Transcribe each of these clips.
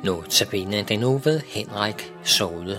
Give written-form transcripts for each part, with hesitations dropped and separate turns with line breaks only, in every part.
Notabene den nu ved Henrik Saude.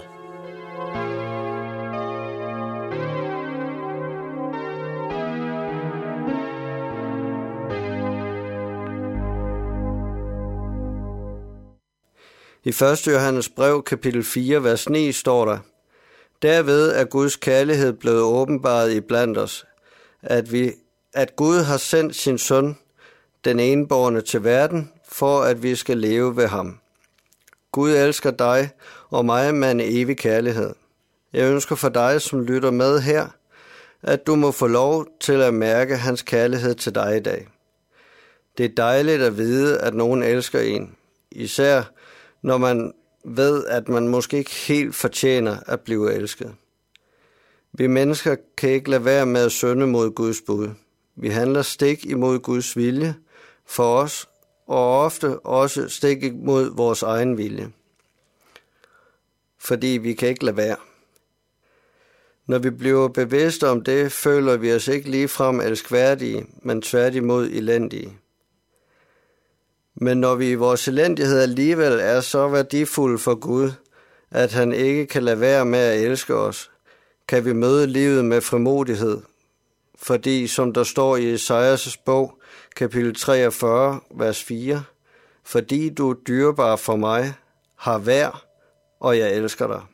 I 1. Johannes brev, kapitel 4, vers 9, står der: Derved er Guds kærlighed blevet åbenbaret iblandt os, at Gud har sendt sin søn, den enbårne, til verden, for at vi skal leve ved ham. Gud elsker dig og mig med en evig kærlighed. Jeg ønsker for dig, som lytter med her, at du må få lov til at mærke hans kærlighed til dig i dag. Det er dejligt at vide, at nogen elsker en, især når man ved, at man måske ikke helt fortjener at blive elsket. Vi mennesker kan ikke lade være med at synde mod Guds bud. Vi handler stik imod Guds vilje for os, og ofte også stik imod vores egen vilje. Fordi vi kan ikke lade være. Når vi bliver bevidste om det, føler vi os ikke ligefrem elskværdige, men tværtimod elendige. Men når vi i vores elendighed alligevel er så værdifulde for Gud, at han ikke kan lade være med at elske os, kan vi møde livet med frimodighed. Fordi, som der står i Esajas bog, kapitel 43, vers 4, fordi du er dyrebar for mig, har værd, og jeg elsker dig.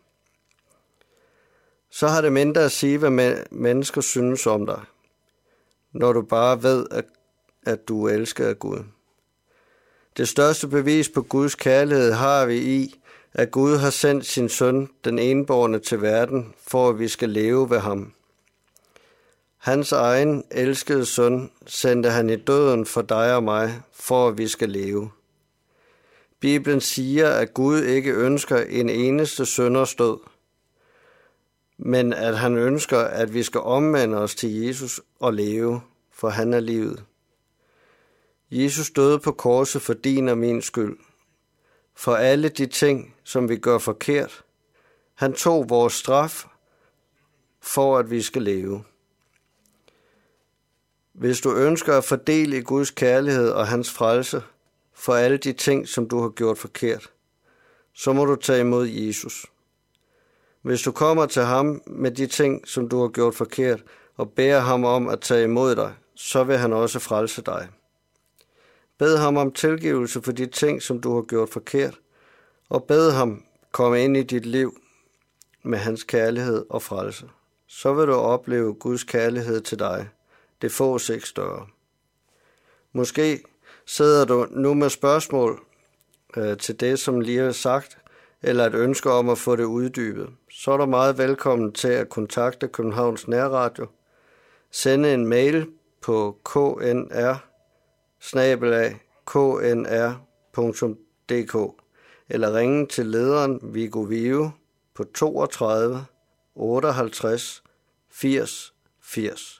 Så har det mindre at sige, hvad mennesker synes om dig, når du bare ved, at du er elsket af Gud. Det største bevis på Guds kærlighed har vi i, at Gud har sendt sin søn, den enbårne, til verden, for at vi skal leve ved ham. Hans egen elskede søn sendte han i døden for dig og mig, for at vi skal leve. Bibelen siger, at Gud ikke ønsker en eneste synders død, men at han ønsker, at vi skal omvende os til Jesus og leve, for han er livet. Jesus døde på korset for din og min skyld. For alle de ting, som vi gør forkert. Han tog vores straf, for at vi skal leve. Hvis du ønsker at fordele i Guds kærlighed og hans frelse for alle de ting, som du har gjort forkert, så må du tage imod Jesus. Hvis du kommer til ham med de ting, som du har gjort forkert, og beder ham om at tage imod dig, så vil han også frelse dig. Bed ham om tilgivelse for de ting, som du har gjort forkert, og bed ham komme ind i dit liv med hans kærlighed og frelse. Så vil du opleve Guds kærlighed til dig. Det fås ikke større. Måske sidder du nu med spørgsmål til det, som lige er sagt, eller et ønske om at få det uddybet. Så er du meget velkommen til at kontakte Københavns Nærradio. Sende en mail på knr@knr.dk eller ringe til lederen Viggo Vive på 32 58 80 80.